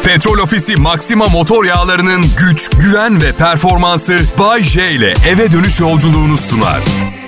Petrol Ofisi Maxima motor yağlarının güç, güven ve performansı Bay J ile eve dönüş yolculuğunu sunar.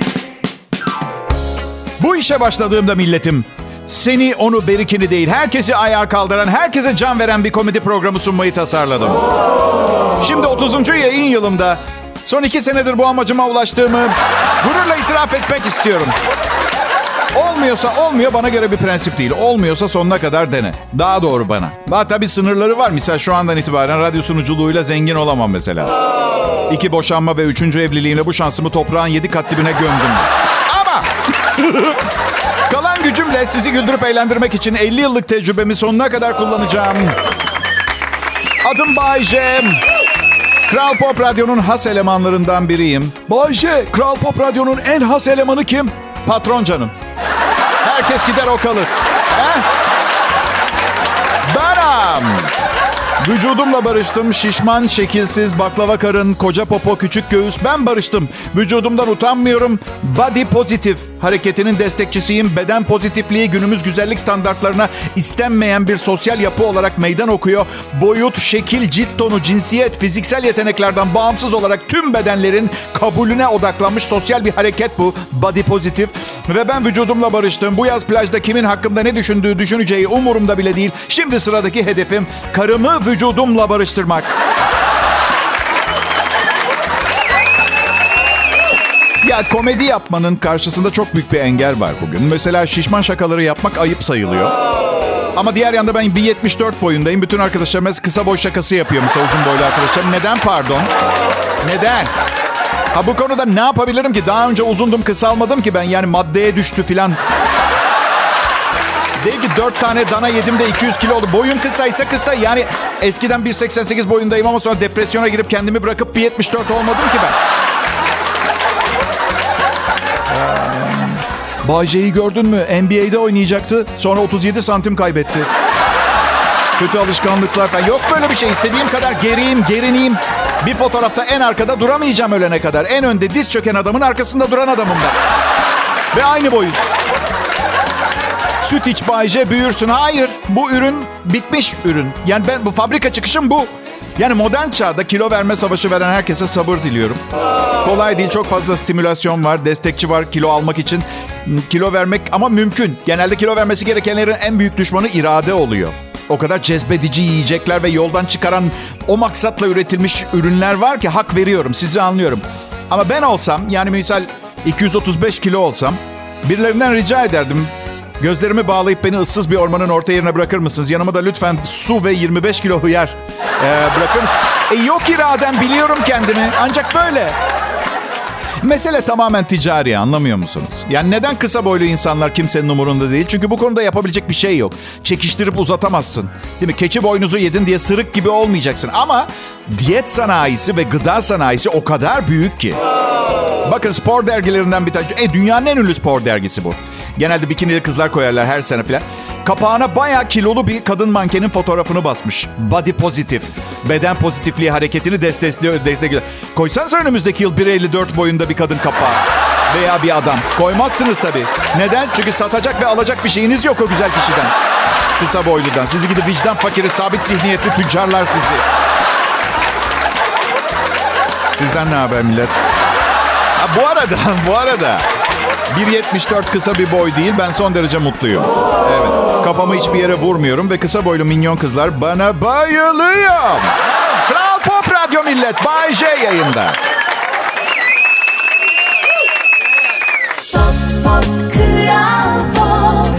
Bu işe başladığımda milletim, seni, onu, berikini değil, herkesi ayağa kaldıran, herkese can veren bir komedi programı sunmayı tasarladım. Şimdi 30. yayın yılımda son 2 senedir bu amacıma ulaştığımı gururla itiraf etmek istiyorum. Olmuyorsa olmuyor, bana göre bir prensip değil. Olmuyorsa sonuna kadar dene. Daha doğru bana. Daha tabii sınırları var. Misal şu andan itibaren radyo sunuculuğuyla zengin olamam mesela. 2 boşanma ve 3. evliliğimle bu şansımı toprağın 7 kat dibine gömdüm. Ama kalan gücümle sizi güldürüp eğlendirmek için 50 yıllık tecrübemi sonuna kadar kullanacağım. Adım Bay J. Kral Pop Radyo'nun has elemanlarından biriyim. Bay J, Kral Pop Radyo'nun en has elemanı kim? Patron canım. Herkes gider o kalır. Benim. Vücudumla barıştım. Şişman, şekilsiz, baklava karın, koca popo, küçük göğüs. Ben barıştım. Vücudumdan utanmıyorum. Body pozitif hareketinin destekçisiyim. Beden pozitifliği günümüz güzellik standartlarına istenmeyen bir sosyal yapı olarak meydan okuyor. Boyut, şekil, cilt tonu, cinsiyet, fiziksel yeteneklerden bağımsız olarak tüm bedenlerin kabulüne odaklanmış sosyal bir hareket bu. Body pozitif. Ve ben vücudumla barıştım. Bu yaz plajda kimin hakkında ne düşündüğü, düşüneceği umurumda bile değil. Şimdi sıradaki hedefim karımı vücudumla barıştırmak. Ya komedi yapmanın karşısında çok büyük bir engel var bugün. Mesela şişman şakaları yapmak ayıp sayılıyor. Ama diğer yanda ben 1.74 boyundayım. Bütün arkadaşlarım kısa boy şakası yapıyor mesela uzun boylu arkadaşlarım. Neden pardon? Neden? Ha bu konuda ne yapabilirim ki? Daha önce uzundum, kısalmadım ki ben. Yani maddeye düştü filan. Değil ki 4 tane dana yedim de 200 kilo oldu. Boyum kısaysa kısa. Yani eskiden 1.88 boyundayım ama sonra depresyona girip kendimi bırakıp 1.74 olmadım ki ben. Bay J'yi gördün mü? NBA'de oynayacaktı. Sonra 37 santim kaybetti. Kötü alışkanlıklar falan. Yok böyle bir şey. İstediğim kadar geriyim, gerineyim. Bir fotoğrafta en arkada duramayacağım ölene kadar. En önde diz çöken adamın arkasında duran adamım ben. Ve aynı boyuz. Süt iç Bay J, büyürsün. Hayır, bu ürün bitmiş ürün. Yani ben bu fabrika çıkışım bu. Yani modern çağda kilo verme savaşı veren herkese sabır diliyorum. Kolay değil, çok fazla stimülasyon var, destekçi var kilo almak için. Kilo vermek ama mümkün. Genelde kilo vermesi gerekenlerin en büyük düşmanı irade oluyor. O kadar cezbedici yiyecekler ve yoldan çıkaran o maksatla üretilmiş ürünler var ki hak veriyorum, sizi anlıyorum. Ama ben olsam, yani misal 235 kilo olsam, birilerinden rica ederdim. Gözlerimi bağlayıp beni ıssız bir ormanın orta yerine bırakır mısınız? Yanıma da lütfen su ve 25 kilo hıyar bırakır mısınız? Yok iradem, biliyorum kendimi. Ancak böyle. Mesele tamamen ticari, anlamıyor musunuz? Yani neden kısa boylu insanlar kimsenin umurunda değil? Çünkü bu konuda yapabilecek bir şey yok. Çekiştirip uzatamazsın. Değil mi? Keçi boynuzu yedin diye sırık gibi olmayacaksın. Ama diyet sanayisi ve gıda sanayisi o kadar büyük ki. Bakın spor dergilerinden bir tane. Dünyanın en ünlü spor dergisi bu. Genelde bikinili kızlar koyarlar her sene falan. Kapağına bayağı kilolu bir kadın mankenin fotoğrafını basmış. Body pozitif. Beden pozitifliği hareketini destekliyor. Koysanız önümüzdeki yıl 1.54 boyunda bir kadın kapağı. Veya bir adam. Koymazsınız tabii. Neden? Çünkü satacak ve alacak bir şeyiniz yok o güzel kişiden. Kısa boyludan. Sizi gidip vicdan fakiri, sabit zihniyetli tüccarlar sizi. Sizden ne haber millet? Ha, bu arada 1.74 kısa bir boy değil. Ben son derece mutluyum. Evet. Kafamı hiçbir yere vurmuyorum ve kısa boylu minyon kızlar bana bayılıyor. Kral Pop Radyo millet. Bay J yayında. Pop, pop, Kral Pop.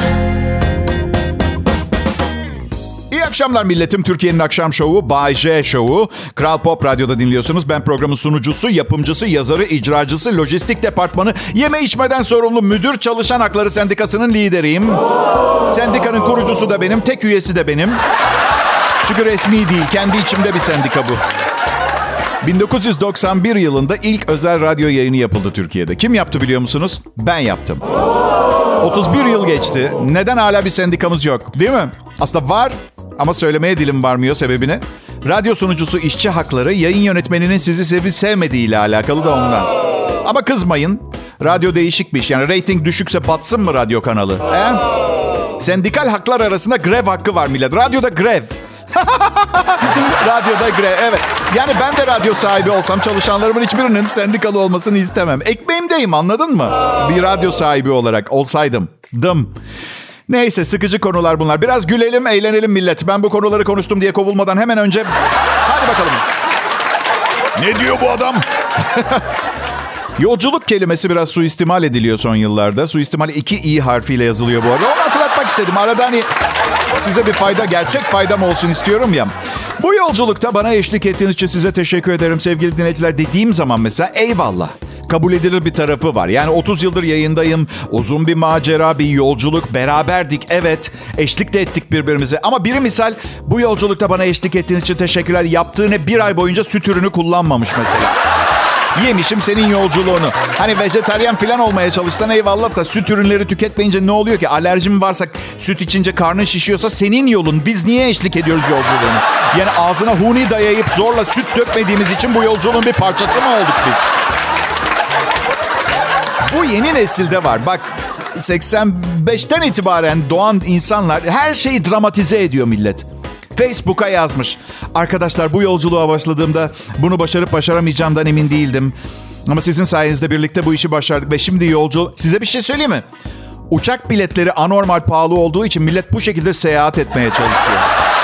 İyi akşamlar milletim. Türkiye'nin akşam şovu Bay J şovu. Kral Pop Radyo'da dinliyorsunuz. Ben programın sunucusu, yapımcısı, yazarı, icracısı, lojistik departmanı, yeme içmeden sorumlu müdür, çalışan hakları sendikasının lideriyim. Sendikanın kurucusu da benim, tek üyesi de benim. Çünkü resmi değil, kendi içimde bir sendika bu. 1991 yılında ilk özel radyo yayını yapıldı Türkiye'de. Kim yaptı biliyor musunuz? Ben yaptım. 31 yıl geçti. Neden hala bir sendikamız yok? Değil mi? Aslında var ama söylemeye dilim varmıyor, sebebini. Radyo sunucusu işçi hakları yayın yönetmeninin sizi sevip sevmediğiyle alakalı da ondan. Ama kızmayın. Radyo değişik bir iş. Yani reyting düşükse batsın mı radyo kanalı? Sendikal haklar arasında grev hakkı var millet. Radyoda grev. Radyoda grev, evet. Yani ben de radyo sahibi olsam çalışanlarımın hiçbirinin sendikalı olmasını istemem. Ekmeğimdeyim, anladın mı? Bir radyo sahibi olarak olsaydım. Neyse, sıkıcı konular bunlar. Biraz gülelim, eğlenelim millet. Ben bu konuları konuştum diye kovulmadan hemen önce... Hadi bakalım. Ne diyor bu adam? Yolculuk kelimesi biraz suistimal ediliyor son yıllarda. Suistimal 2 i harfiyle yazılıyor bu arada. Onu hatırlatmak istedim. Arada hani size bir fayda, gerçek faydam olsun istiyorum ya. Bu yolculukta bana eşlik ettiğiniz için size teşekkür ederim sevgili dinleyiciler dediğim zaman mesela eyvallah. Kabul edilir bir tarafı var. Yani 30 yıldır yayındayım. Uzun bir macera, bir yolculuk. Beraberdik, evet. Eşlik de ettik birbirimize. Ama biri misal bu yolculukta bana eşlik ettiğiniz için teşekkürler. Yaptığını bir ay boyunca süt ürünü kullanmamış mesela. Yemişim senin yolculuğunu. Hani vejetaryen falan olmaya çalışsan eyvallah da süt ürünleri tüketmeyince ne oluyor ki? Alerjin varsa, süt içince karnın şişiyorsa senin yolun. Biz niye eşlik ediyoruz yolculuğunu? Yani ağzına huni dayayıp zorla süt dökmediğimiz için bu yolculuğun bir parçası mı olduk biz? Bu yeni nesilde var. Bak 85'ten itibaren doğan insanlar her şeyi dramatize ediyor millet. Facebook'a yazmış. Arkadaşlar bu yolculuğa başladığımda bunu başarıp başaramayacağımdan emin değildim. Ama sizin sayenizde birlikte bu işi başardık ve şimdi yolcu... Size bir şey söyleyeyim mi? Uçak biletleri anormal pahalı olduğu için millet bu şekilde seyahat etmeye çalışıyor.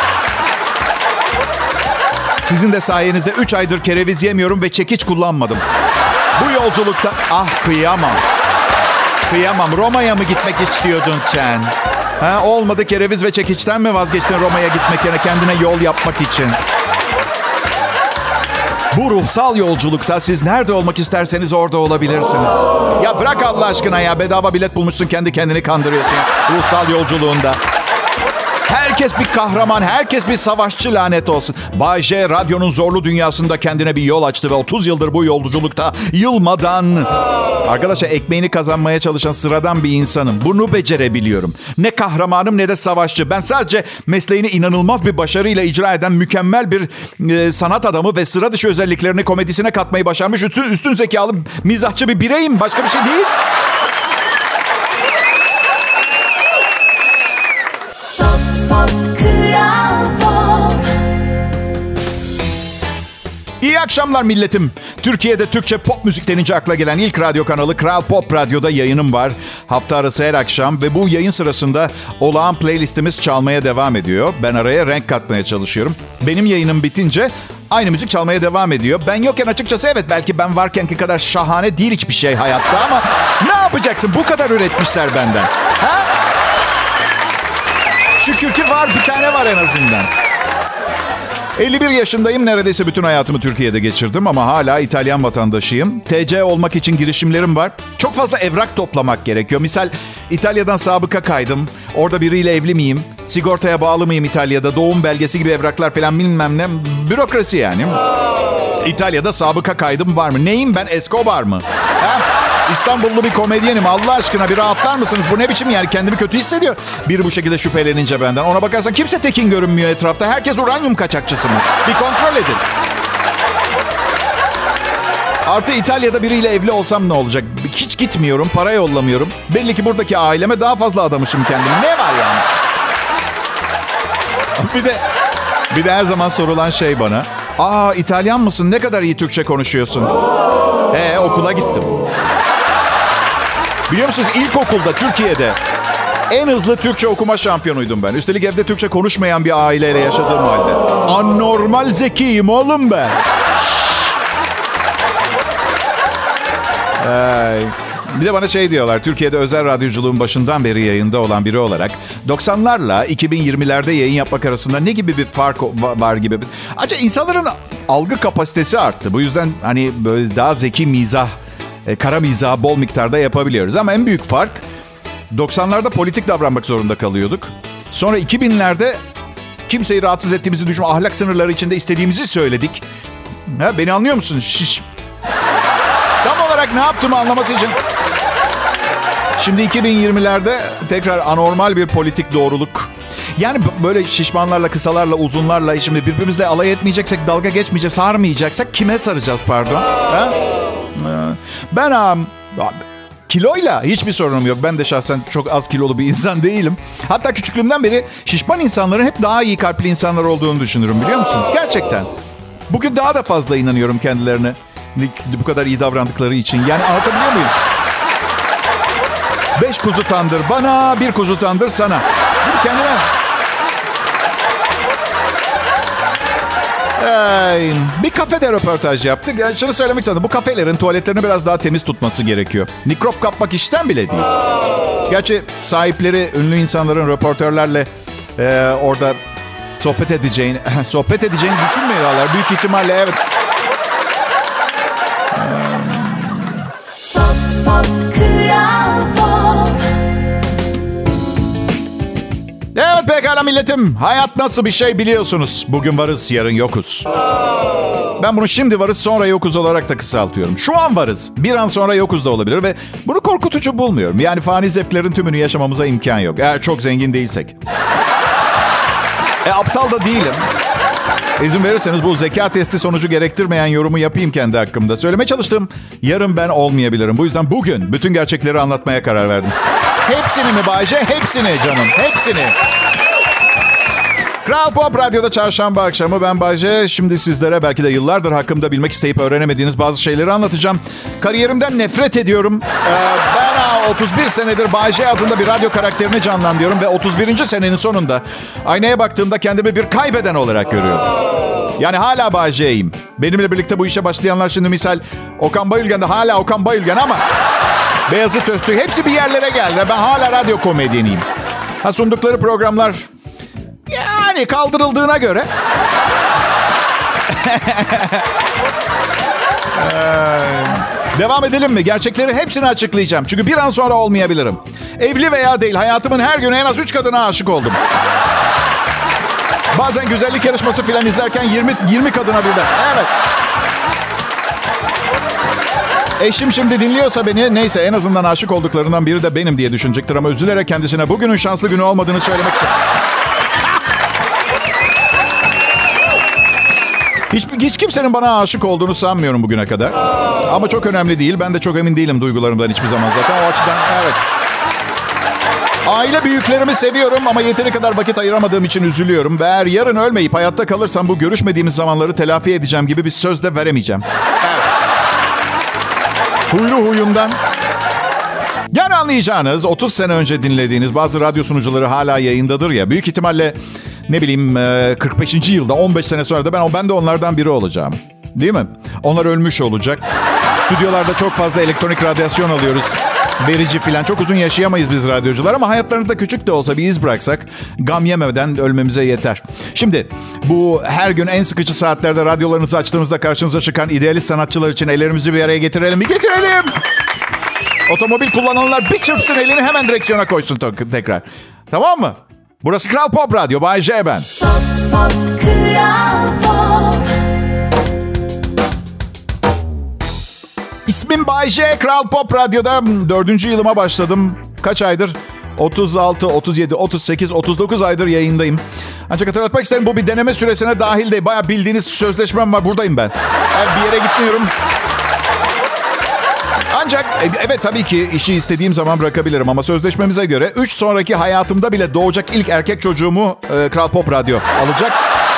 Sizin de sayenizde 3 aydır kereviz yemiyorum ve çekiç kullanmadım. Bu yolculukta... Ah kıyamam. Kıyamam. Roma'ya mı gitmek istiyordun sen? Ha, olmadı, kereviz ve çekiçten mi vazgeçtin Roma'ya gitmek yerine kendine yol yapmak için? Bu ruhsal yolculukta siz nerede olmak isterseniz orada olabilirsiniz. Ya bırak Allah aşkına ya, bedava bilet bulmuşsun, kendi kendini kandırıyorsun ruhsal yolculuğunda. Herkes bir kahraman, herkes bir savaşçı, lanet olsun. Bay J radyonun zorlu dünyasında kendine bir yol açtı ve 30 yıldır bu yolculukta yılmadan... Arkadaşlar ekmeğini kazanmaya çalışan sıradan bir insanım. Bunu becerebiliyorum. Ne kahramanım ne de savaşçı. Ben sadece mesleğini inanılmaz bir başarıyla icra eden mükemmel bir sanat adamı ve sıra dışı özelliklerini komedisine katmayı başarmış üstün zekalı mizahçı bir bireyim. Başka bir şey değil. İyi akşamlar milletim. Türkiye'de Türkçe pop müzik denince akla gelen ilk radyo kanalı Kral Pop Radyo'da yayınım var. Hafta arası her akşam ve bu yayın sırasında olağan playlistimiz çalmaya devam ediyor. Ben araya renk katmaya çalışıyorum. Benim yayınım bitince aynı müzik çalmaya devam ediyor. Ben yokken açıkçası evet belki ben varkenki kadar şahane değil hiçbir şey hayatta ama ne yapacaksın? Bu kadar üretmişler benden. Ha? Şükür ki var, bir tane var en azından. 51 yaşındayım. Neredeyse bütün hayatımı Türkiye'de geçirdim ama hala İtalyan vatandaşıyım. TC olmak için girişimlerim var. Çok fazla evrak toplamak gerekiyor. Misal İtalya'dan sabıka kaydım. Orada biriyle evli miyim? Sigortaya bağlı mıyım İtalya'da? Doğum belgesi gibi evraklar falan bilmem ne. Bürokrasi yani. İtalya'da sabıka kaydım var mı? Neyim ben? Escobar mı? Ha? İstanbullu bir komedyenim. Allah aşkına bir rahatlar mısınız? Bu ne biçim yani? Kendimi kötü hissediyor. Biri bu şekilde şüphelenince benden. Ona bakarsan kimse tekin görünmüyor etrafta. Herkes uranyum kaçakçısı mı? Bir kontrol edin. Artı İtalya'da biriyle evli olsam ne olacak? Hiç gitmiyorum, para yollamıyorum. Belli ki buradaki aileme daha fazla adamışım kendimi. Ne var yani? Bir de her zaman sorulan şey bana. Aa, İtalyan mısın? Ne kadar iyi Türkçe konuşuyorsun. Okula gittim. Biliyor musunuz ilkokulda Türkiye'de en hızlı Türkçe okuma şampiyonuydum ben. Üstelik evde Türkçe konuşmayan bir aileyle yaşadığım halde. Anormal zekiyim oğlum ben. Bir de bana şey diyorlar. Türkiye'de özel radyoculuğun başından beri yayında olan biri olarak 90'larla 2020'lerde yayın yapmak arasında ne gibi bir fark var gibi. Acaba insanların algı kapasitesi arttı. Bu yüzden hani böyle daha zeki mizah, kara mizah bol miktarda yapabiliyoruz. Ama en büyük fark 90'larda politik davranmak zorunda kalıyorduk. Sonra 2000'lerde kimseyi rahatsız ettiğimizi düşünme, ahlak sınırları içinde istediğimizi söyledik. Ha, beni anlıyor musun? Tam olarak ne yaptığımı anlaması için. Şimdi 2020'lerde tekrar anormal bir politik doğruluk. Yani böyle şişmanlarla, kısalarla, uzunlarla şimdi birbirimizle alay etmeyeceksek, dalga geçmeyeceğiz, sarmayacaksak kime saracağız pardon? Ha? kiloyla hiçbir sorunum yok. Ben de şahsen çok az kilolu bir insan değilim. Hatta küçüklüğümden beri şişman insanların hep daha iyi kalpli insanlar olduğunu düşünürüm, biliyor musunuz? Gerçekten. Bugün daha da fazla inanıyorum kendilerine. Bu kadar iyi davrandıkları için. Yani anlatabiliyor muyum? 5 kuzu tandır bana, 1 kuzu tandır sana. Kendine. Bir kafede röportaj yaptık. Yani şunu söylemek istedim. Bu kafelerin tuvaletlerini biraz daha temiz tutması gerekiyor. Mikrop kapmak işten bile değil. Gerçi sahipleri ünlü insanların röportörlerle orada sohbet edeceğini düşünmüyorlar. Büyük ihtimalle evet. Evet pekala milletim. Hayat nasıl bir şey biliyorsunuz. Bugün varız, yarın yokuz. Ben bunu şimdi varız, sonra yokuz olarak da kısaltıyorum. Şu an varız, bir an sonra yokuz da olabilir ve bunu korkutucu bulmuyorum. Yani fani zevklerin tümünü yaşamamıza imkan yok. Eğer çok zengin değilsek. Aptal da değilim. İzin verirseniz bu zeka testi sonucu gerektirmeyen yorumu yapayım kendi hakkımda. Söylemeye çalıştım. Yarın ben olmayabilirim. Bu yüzden bugün bütün gerçekleri anlatmaya karar verdim. Hepsini mi Bayce? Hepsini canım. Hepsini. Kral Pop Radyo'da çarşamba akşamı ben Bayce. Şimdi sizlere belki de yıllardır hakkımda bilmek isteyip öğrenemediğiniz bazı şeyleri anlatacağım. Kariyerimden nefret ediyorum. Ben 31 senedir Bayce adında bir radyo karakterini canlandırıyorum. Ve 31. senenin sonunda aynaya baktığımda kendimi bir kaybeden olarak görüyorum. Yani hala Bayce'yim. Benimle birlikte bu işe başlayanlar şimdi misal Okan Bayülgen de hala Okan Bayülgen ama Beyazıt Öztürk hepsi bir yerlere geldi. Ben hala radyo komedyeniyim. Sundukları programlar yani kaldırıldığına göre devam edelim mi? Gerçekleri hepsini açıklayacağım. Çünkü bir an sonra olmayabilirim. Evli veya değil hayatımın her günü en az 3 kadına aşık oldum. Bazen güzellik yarışması filan izlerken 20 kadına birden. Evet. Eşim şimdi dinliyorsa beni neyse en azından aşık olduklarından biri de benim diye düşünecektir. Ama üzülerek kendisine bugünün şanslı günü olmadığını söylemek istiyorum. Hiç kimsenin bana aşık olduğunu sanmıyorum bugüne kadar. Ama çok önemli değil. Ben de çok emin değilim duygularımdan hiçbir zaman zaten. O açıdan evet. Aile büyüklerimi seviyorum ama yeteri kadar vakit ayıramadığım için üzülüyorum. Ve eğer yarın ölmeyip hayatta kalırsam bu görüşmediğimiz zamanları telafi edeceğim gibi bir söz de veremeyeceğim. Evet. Huylu huyundan. Yani anlayacağınız 30 sene önce dinlediğiniz bazı radyo sunucuları hala yayındadır ya. Büyük ihtimalle ne bileyim 45. yılda 15 sene sonra da ben de onlardan biri olacağım. Değil mi? Onlar ölmüş olacak. Stüdyolarda çok fazla elektronik radyasyon alıyoruz. Verici filan. Çok uzun yaşayamayız biz radyocular ama hayatlarında küçük de olsa bir iz bıraksak gam yemeden ölmemize yeter. Şimdi bu her gün en sıkıcı saatlerde radyolarınızı açtığınızda karşınıza çıkan idealist sanatçılar için ellerimizi bir araya getirelim. Bir getirelim. Otomobil kullananlar bir çırpsın elini hemen direksiyona koysun tekrar. Tamam mı? Burası Kral Pop Radyo. Bay J ben. Pop, pop, Kral Pop. İsmim Bay J. Kral Pop Radyo'da 4. yılıma başladım. Kaç aydır? 36, 37, 38, 39 aydır yayındayım. Ancak hatırlatmak isterim bu bir deneme süresine dahil değil. Bayağı bildiğiniz sözleşmem var. Buradayım ben. Bir yere gitmiyorum. Ancak evet tabii ki işi istediğim zaman bırakabilirim. Ama sözleşmemize göre 3 sonraki hayatımda bile doğacak ilk erkek çocuğumu Kral Pop Radyo alacak.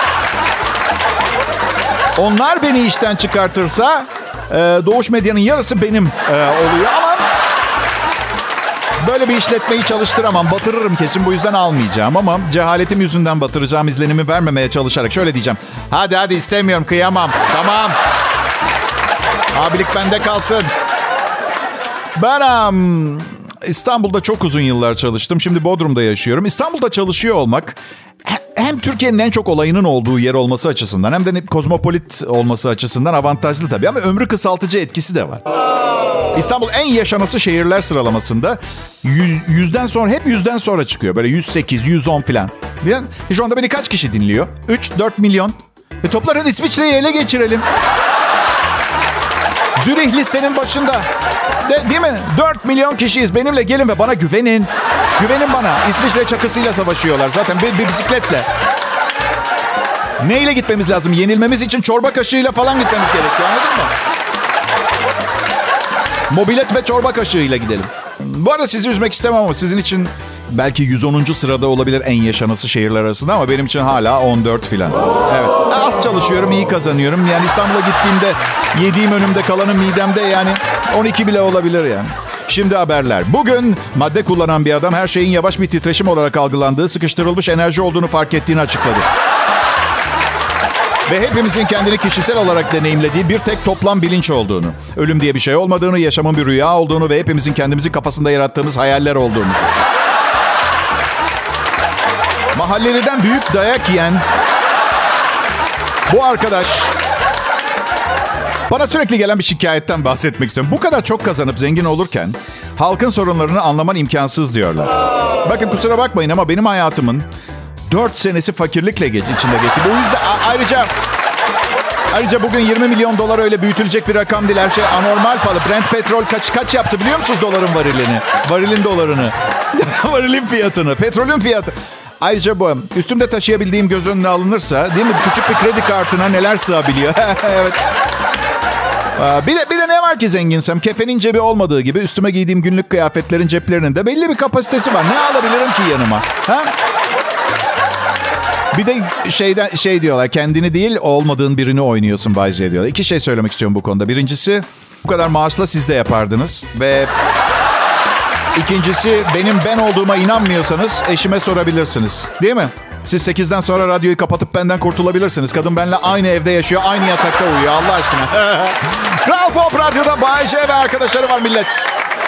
Onlar beni işten çıkartırsa Doğuş Medya'nın yarısı benim oluyor ama böyle bir işletmeyi çalıştıramam. Batırırım kesin, bu yüzden almayacağım ama cehaletim yüzünden batıracağım izlenimi vermemeye çalışarak şöyle diyeceğim. Hadi istemiyorum, kıyamam. Tamam. Abilik bende kalsın. Ben İstanbul'da çok uzun yıllar çalıştım. Şimdi Bodrum'da yaşıyorum. İstanbul'da çalışıyor olmak hem Türkiye'nin en çok olayının olduğu yer olması açısından hem de kozmopolit olması açısından avantajlı tabii. Ama ömrü kısaltıcı etkisi de var. İstanbul en yaşanası şehirler sıralamasında 100'den sonra hep 100'den sonra çıkıyor. Böyle 108, 110 falan. Şu anda beni kaç kişi dinliyor? 3-4 milyon. Topların İsviçre'yi ele geçirelim. Zürih listenin başında. Değil mi? 4 milyon kişiyiz. Benimle gelin ve bana güvenin. Güvenin bana. İsviçre çakısıyla savaşıyorlar. Zaten bir bisikletle. Neyle gitmemiz lazım? Yenilmemiz için çorba kaşığıyla falan gitmemiz gerekiyor. Anladın mı? Mobilet ve çorba kaşığıyla gidelim. Bu arada sizi üzmek istemem ama sizin için belki 110. sırada olabilir en yaşanası şehirler arasında ama benim için hala 14 filan. Evet. Az çalışıyorum, iyi kazanıyorum. Yani İstanbul'a gittiğimde yediğim önümde, kalanın midemde, yani 12 bile olabilir yani. Şimdi haberler. Bugün madde kullanan bir adam her şeyin yavaş bir titreşim olarak algılandığı, sıkıştırılmış enerji olduğunu fark ettiğini açıkladı. Ve hepimizin kendini kişisel olarak deneyimlediği bir tek toplam bilinç olduğunu, ölüm diye bir şey olmadığını, yaşamın bir rüya olduğunu ve hepimizin kendimizi kafasında yarattığımız hayaller olduğumuzu. Mahalleliden büyük dayak yiyen bu arkadaş bana sürekli gelen bir şikayetten bahsetmek istiyorum. Bu kadar çok kazanıp zengin olurken halkın sorunlarını anlaman imkansız diyorlar. Bakın kusura bakmayın ama benim hayatımın 4 senesi fakirlikle içinde geçti. Bu yüzden ayrıca bugün 20 milyon dolar öyle büyütülecek bir rakam değil. Her şey anormal pahalı. Brent petrol kaç yaptı biliyor musunuz doların varilini? Varilin dolarını. Varilin fiyatını. Petrolün fiyatı. Ayrıca bu üstümde taşıyabildiğim göz önüne alınırsa değil mi? Küçük bir kredi kartına neler sığabiliyor. Evet. Bir de ne var ki zenginsem? Kefenin cebi olmadığı gibi üstüme giydiğim günlük kıyafetlerin ceplerinin de belli bir kapasitesi var. Ne alabilirim ki yanıma? Ha? Bir de şey diyorlar, kendini değil olmadığın birini oynuyorsun Bay J diyorlar. 2 şey söylemek istiyorum bu konuda. Birincisi, bu kadar maaşla siz de yapardınız. Ve ikincisi, benim ben olduğuma inanmıyorsanız eşime sorabilirsiniz. Değil mi? Siz 8'den sonra radyoyu kapatıp benden kurtulabilirsiniz. Kadın benimle aynı evde yaşıyor, aynı yatakta uyuyor Allah aşkına. Kral Pop Radyo'da Bay J ve arkadaşları var millet.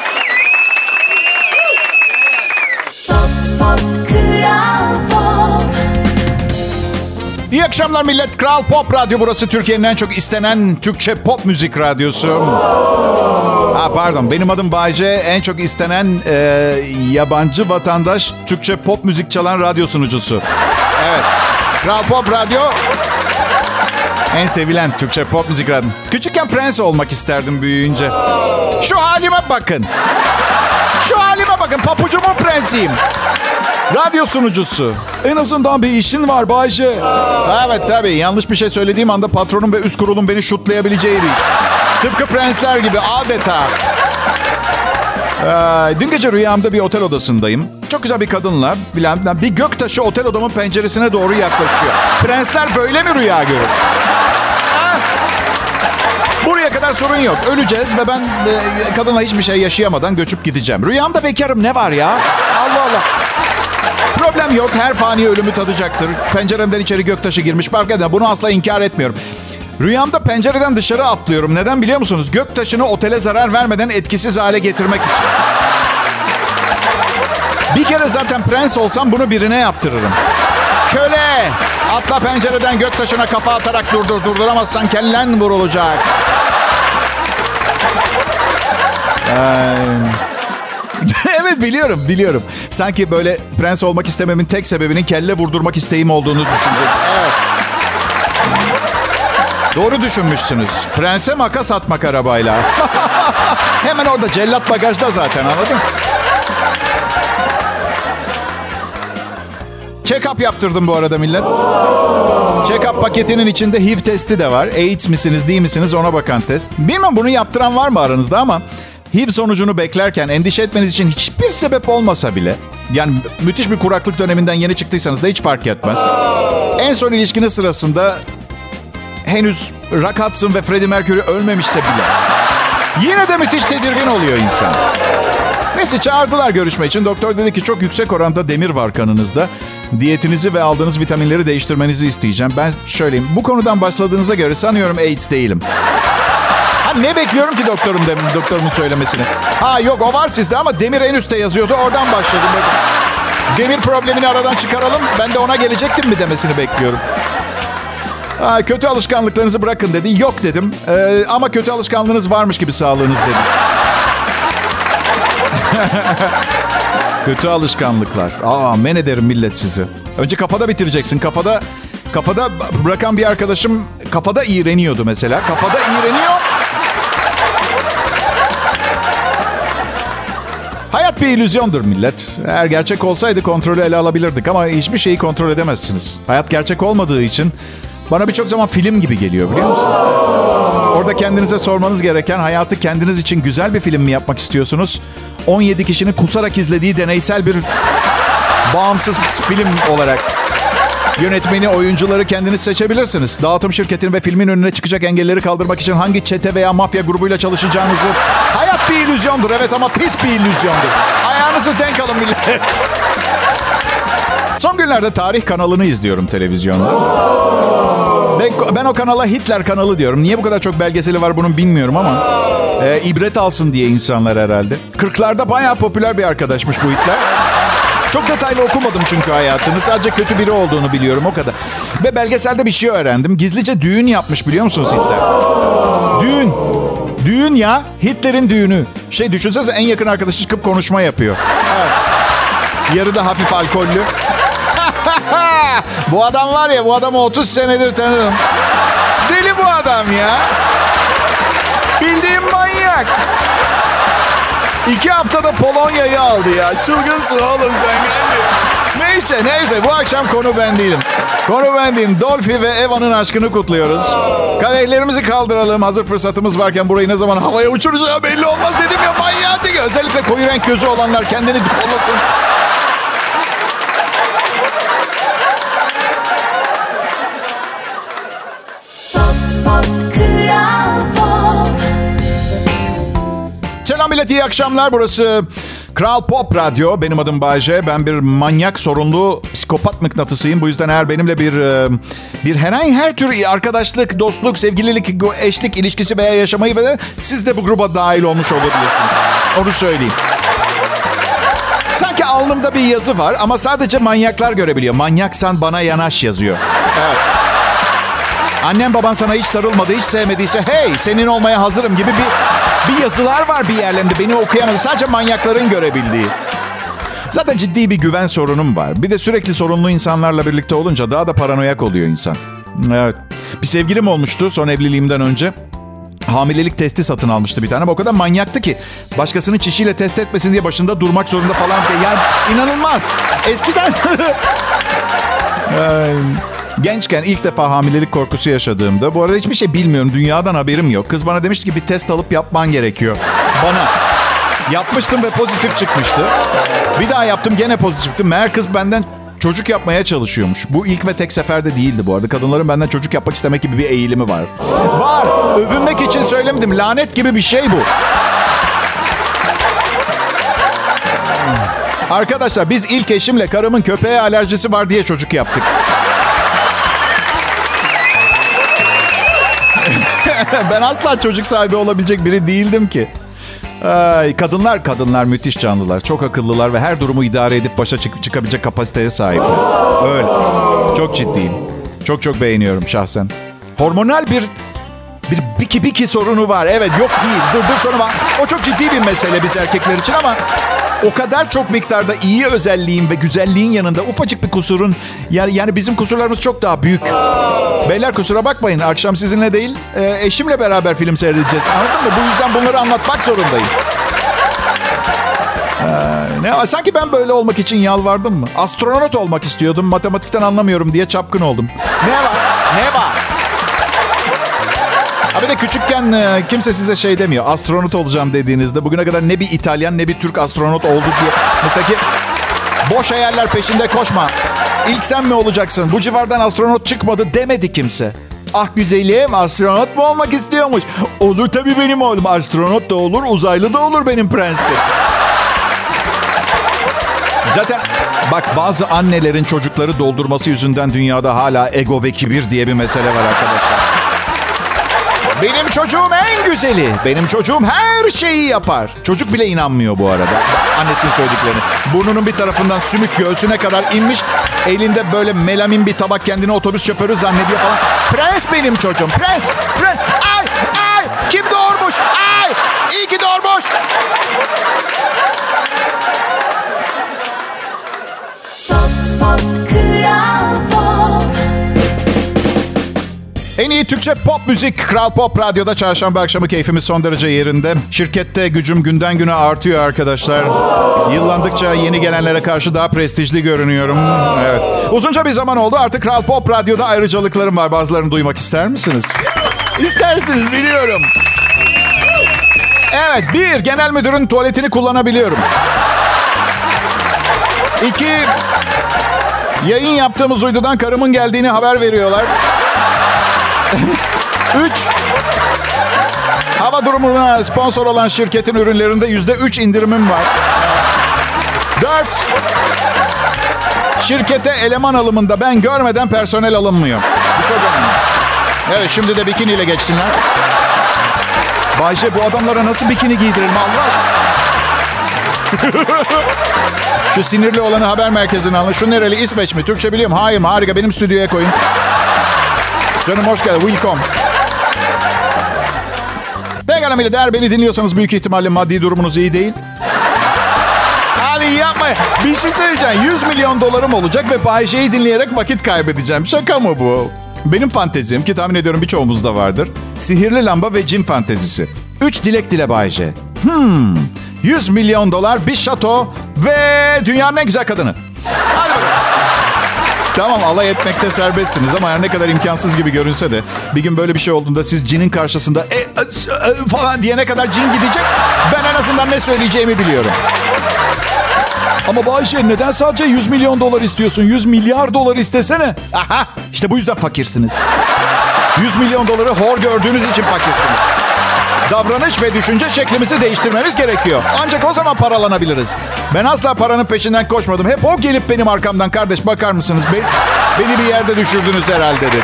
İyi akşamlar millet. Kral Pop Radyo burası. Türkiye'nin en çok istenen Türkçe pop müzik radyosu. Pardon, benim adım Bay J. En çok istenen yabancı vatandaş Türkçe pop müzik çalan radyo sunucusu. Evet. Kral Pop Radyo en sevilen Türkçe pop müzik radyo. Küçükken prens olmak isterdim büyüyünce. Şu halime bakın. Şu halime bakın. Papucumun prensiyim. Radyo sunucusu. En azından bir işin var Bay J. Evet tabii. Yanlış bir şey söylediğim anda patronum ve üst kurulum beni şutlayabileceği bir iş. Tıpkı prensler gibi adeta. Dün gece rüyamda bir otel odasındayım. Çok güzel bir kadınla bir göktaşı otel odamın penceresine doğru yaklaşıyor. Prensler böyle mi rüya görür? Buraya kadar sorun yok. Öleceğiz ve ben kadınla hiçbir şey yaşayamadan göçüp gideceğim. Rüyamda bekarım, ne var ya? Allah Allah. Problem yok. Her fani ölümü tadacaktır. Penceremden içeri göktaşı girmiş. Fark eder. Bunu asla inkar etmiyorum. Rüyamda pencereden dışarı atlıyorum. Neden biliyor musunuz? Göktaşını otele zarar vermeden etkisiz hale getirmek için. Bir kere zaten prens olsam bunu birine yaptırırım. Köle! Atla pencereden göktaşına kafa atarak durduramazsan kellen vurulacak. Evet biliyorum. Sanki böyle prens olmak istememin tek sebebinin kelle vurdurmak isteğim olduğunu düşündüm. Evet. Doğru düşünmüşsünüz. Prense makas atmak arabayla. Hemen orada cellat bagajda zaten, anladın? Check-up yaptırdım bu arada millet. Check-up paketinin içinde HIV testi de var. AIDS misiniz değil misiniz ona bakan test. Bilmem bunu yaptıran var mı aranızda ama HIV sonucunu beklerken endişe etmeniz için hiçbir sebep olmasa bile, yani müthiş bir kuraklık döneminden yeni çıktıysanız da hiç fark etmez. En son ilişkiniz sırasında henüz Rock Hudson ve Freddie Mercury ölmemişse bile yine de müthiş tedirgin oluyor insan. Neyse çağırdılar görüşme için. Doktor dedi ki çok yüksek oranda demir var kanınızda. Diyetinizi ve aldığınız vitaminleri değiştirmenizi isteyeceğim. Ben söyleyeyim, bu konudan başladığınıza göre sanıyorum AIDS değilim. Ne bekliyorum ki doktorumun söylemesini? Yok o var sizde ama demir en üstte yazıyordu. Oradan başladım. Demir problemini aradan çıkaralım. Ben de ona gelecektim mi demesini bekliyorum. Kötü alışkanlıklarınızı bırakın dedi. Yok dedim. Ama kötü alışkanlığınız varmış gibi sağlığınız dedi. Kötü alışkanlıklar. Men ederim millet sizi. Önce kafada bitireceksin. Kafada bırakan bir arkadaşım kafada iğreniyordu mesela. Kafada iğreniyor. Hayat bir illüzyondur millet. Eğer gerçek olsaydı kontrolü ele alabilirdik ama hiçbir şeyi kontrol edemezsiniz. Hayat gerçek olmadığı için bana birçok zaman film gibi geliyor biliyor musunuz? Orada kendinize sormanız gereken, hayatı kendiniz için güzel bir film mi yapmak istiyorsunuz? 17 kişinin kusarak izlediği deneysel bir bağımsız film olarak. Yönetmeni, oyuncuları kendiniz seçebilirsiniz. Dağıtım şirketinin ve filmin önüne çıkacak engelleri kaldırmak için hangi çete veya mafya grubuyla çalışacağınızı... Hayat bir illüzyondur, evet, ama pis bir illüzyondur. Ayağınızı denk alın millet. Son günlerde tarih kanalını izliyorum televizyonda. Ben o kanala Hitler kanalı diyorum. Niye bu kadar çok belgeseli var bunun bilmiyorum ama... ibret alsın diye insanlar herhalde. 40'larda bayağı popüler bir arkadaşmış bu Hitler. Çok detaylı okumadım çünkü hayatını. Sadece kötü biri olduğunu biliyorum, o kadar. Ve belgeselde bir şey öğrendim. Gizlice düğün yapmış, biliyor musunuz Hitler? Düğün. Düğün ya. Hitler'in düğünü. Düşünsenize, en yakın arkadaşı çıkıp konuşma yapıyor. Evet. Yarı da hafif alkollü. Bu adam var ya, bu adamı 30 senedir tanırım. Deli bu adam ya. Bildiğin manyak. 2 haftada Polonya'yı aldı ya. Çılgınsın oğlum sen. Neyse. Bu akşam konu ben değilim. Konu ben değilim. Dolphy ve Eva'nın aşkını kutluyoruz. Kadehlerimizi kaldıralım. Hazır fırsatımız varken burayı ne zaman havaya uçuracağı belli olmaz dedim ya, manyağı değil. Özellikle koyu renk gözü olanlar kendini kollasın. Selam millet, iyi akşamlar. Burası Kral Pop Radyo. Benim adım Bay J. Ben bir manyak, sorunlu, psikopat mıknatısıyım. Bu yüzden eğer benimle bir herhangi her tür arkadaşlık, dostluk, sevgililik, eşlik ilişkisi veya yaşamayı ve siz de bu gruba dahil olmuş olabilirsiniz. Onu söyleyeyim. Sanki alnımda bir yazı var ama sadece manyaklar görebiliyor. Manyaksan bana yanaş yazıyor. Evet. Annem baban sana hiç sarılmadı, hiç sevmediyse hey senin olmaya hazırım gibi bir yazılar var bir yerlerinde. Beni okuyamadı. Sadece manyakların görebildiği. Zaten ciddi bir güven sorunum var. Bir de sürekli sorunlu insanlarla birlikte olunca daha da paranoyak oluyor insan. Evet. Bir sevgilim olmuştu son evliliğimden önce. Hamilelik testi satın almıştı bir tane. O kadar manyaktı ki başkasının çişiyle test etmesin diye başında durmak zorunda falan. Yani inanılmaz. Eskiden... Gençken ilk defa hamilelik korkusu yaşadığımda, bu arada hiçbir şey bilmiyorum, dünyadan haberim yok. Kız bana demişti ki bir test alıp yapman gerekiyor. Bana. Yapmıştım ve pozitif çıkmıştı. Bir daha yaptım, gene pozitifti. Meğer kız benden çocuk yapmaya çalışıyormuş. Bu ilk ve tek seferde değildi bu arada. Kadınların benden çocuk yapmak istemek gibi bir eğilimi var. Var. Övünmek için söylemedim. Lanet gibi bir şey bu. Arkadaşlar biz ilk eşimle karımın köpeğe alerjisi var diye çocuk yaptık. Ben asla çocuk sahibi olabilecek biri değildim ki. Ay, kadınlar müthiş canlılar. Çok akıllılar ve her durumu idare edip başa çıkabilecek kapasiteye sahipler. Öyle. Çok ciddiyim. Çok beğeniyorum şahsen. Hormonal bir biki sorunu var. Evet, yok değil. Dur sonra bak. O çok ciddi bir mesele biz erkekler için ama o kadar çok miktarda iyi özelliğin ve güzelliğin yanında ufacık bir kusurun, yani bizim kusurlarımız çok daha büyük. Beyler kusura bakmayın, akşam sizinle değil eşimle beraber film seyredeceğiz, anladın mı? Bu yüzden bunları anlatmak zorundayım. Sanki ben böyle olmak için yalvardım mı? Astronot olmak istiyordum, matematikten anlamıyorum diye çapkın oldum. Ne var? Bir de küçükken kimse size şey demiyor. Astronot olacağım dediğinizde bugüne kadar ne bir İtalyan ne bir Türk astronot oldu diye. Mesela ki boş hayaller peşinde koşma. İlk sen mi olacaksın? Bu civardan astronot çıkmadı demedi kimse. Ah güzelim, astronot mu olmak istiyormuş? Olur tabii benim oğlum. Astronot da olur, uzaylı da olur benim prensim. Zaten bak, bazı annelerin çocukları doldurması yüzünden dünyada hala ego ve kibir diye bir mesele var arkadaşlar. Benim çocuğum en güzeli. Benim çocuğum her şeyi yapar. Çocuk bile inanmıyor bu arada annesinin söylediklerini. Burnunun bir tarafından sümük göğsüne kadar inmiş. Elinde böyle melamin bir tabak, kendini otobüs şoförü zannediyor falan. Prens benim çocuğum. Prens. Ay. Kim doğurmuş? Ay. İyi ki doğurmuş. En iyi Türkçe pop müzik Kral Pop Radyo'da çarşamba akşamı, keyfimiz son derece yerinde. Şirkette gücüm günden güne artıyor arkadaşlar. Yıllandıkça yeni gelenlere karşı daha prestijli görünüyorum. Evet. Uzunca bir zaman oldu, artık Kral Pop Radyo'da ayrıcalıklarım var. Bazılarını duymak ister misiniz? İstersiniz biliyorum. Evet, 1. Genel müdürün tuvaletini kullanabiliyorum. 2. Yayın yaptığımız uydudan karımın geldiğini haber veriyorlar. 3. Hava durumuna sponsor olan şirketin ürünlerinde %3 indirimim var. 4. Şirkete eleman alımında ben görmeden personel alınmıyor. Bu çok önemli. Evet, şimdi de bikiniyle geçsinler. Bayce, bu adamlara nasıl bikini giydirelim Allah aşkına? Şu sinirli olanı haber merkezine alın. Şu nereli, İsveç mi? Türkçe biliyorum. Hayır mı? Harika, benim stüdyoya koyun. Canım hoş geldin. Welcome. Pekala millet, eğer beni dinliyorsanız büyük ihtimalle maddi durumunuz iyi değil. Hadi yapma. Bir şey söyleyeceğim. 100 milyon dolarım olacak ve Bay J'yi dinleyerek vakit kaybedeceğim. Şaka mı bu? Benim fantezim, ki tahmin ediyorum birçoğumuzda vardır. Sihirli lamba ve cin fantezisi. 3 dilek dile Bay J. 100 milyon dolar, bir şato ve dünyanın en güzel kadını. Hadi bakalım. Tamam, alay etmekte serbestsiniz ama her ne kadar imkansız gibi görünse de bir gün böyle bir şey olduğunda siz cinin karşısında falan diyene kadar cin gidecek. Ben en azından ne söyleyeceğimi biliyorum. Ama Bayşe, neden sadece 100 milyon dolar istiyorsun? 100 milyar dolar istesene. Aha, işte bu yüzden fakirsiniz. 100 milyon doları hor gördüğünüz için fakirsiniz. Davranış ve düşünce şeklimizi değiştirmemiz gerekiyor. Ancak o zaman paralanabiliriz. Ben asla paranın peşinden koşmadım. Hep o gelip benim arkamdan, kardeş bakar mısınız? Beni bir yerde düşürdünüz herhalde dedi.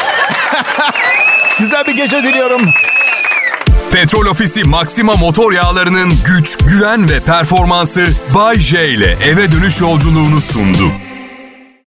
Güzel bir gece diliyorum. Petrol Ofisi Maxima motor yağlarının güç, güven ve performansı Bay J ile eve dönüş yolculuğunu sundu.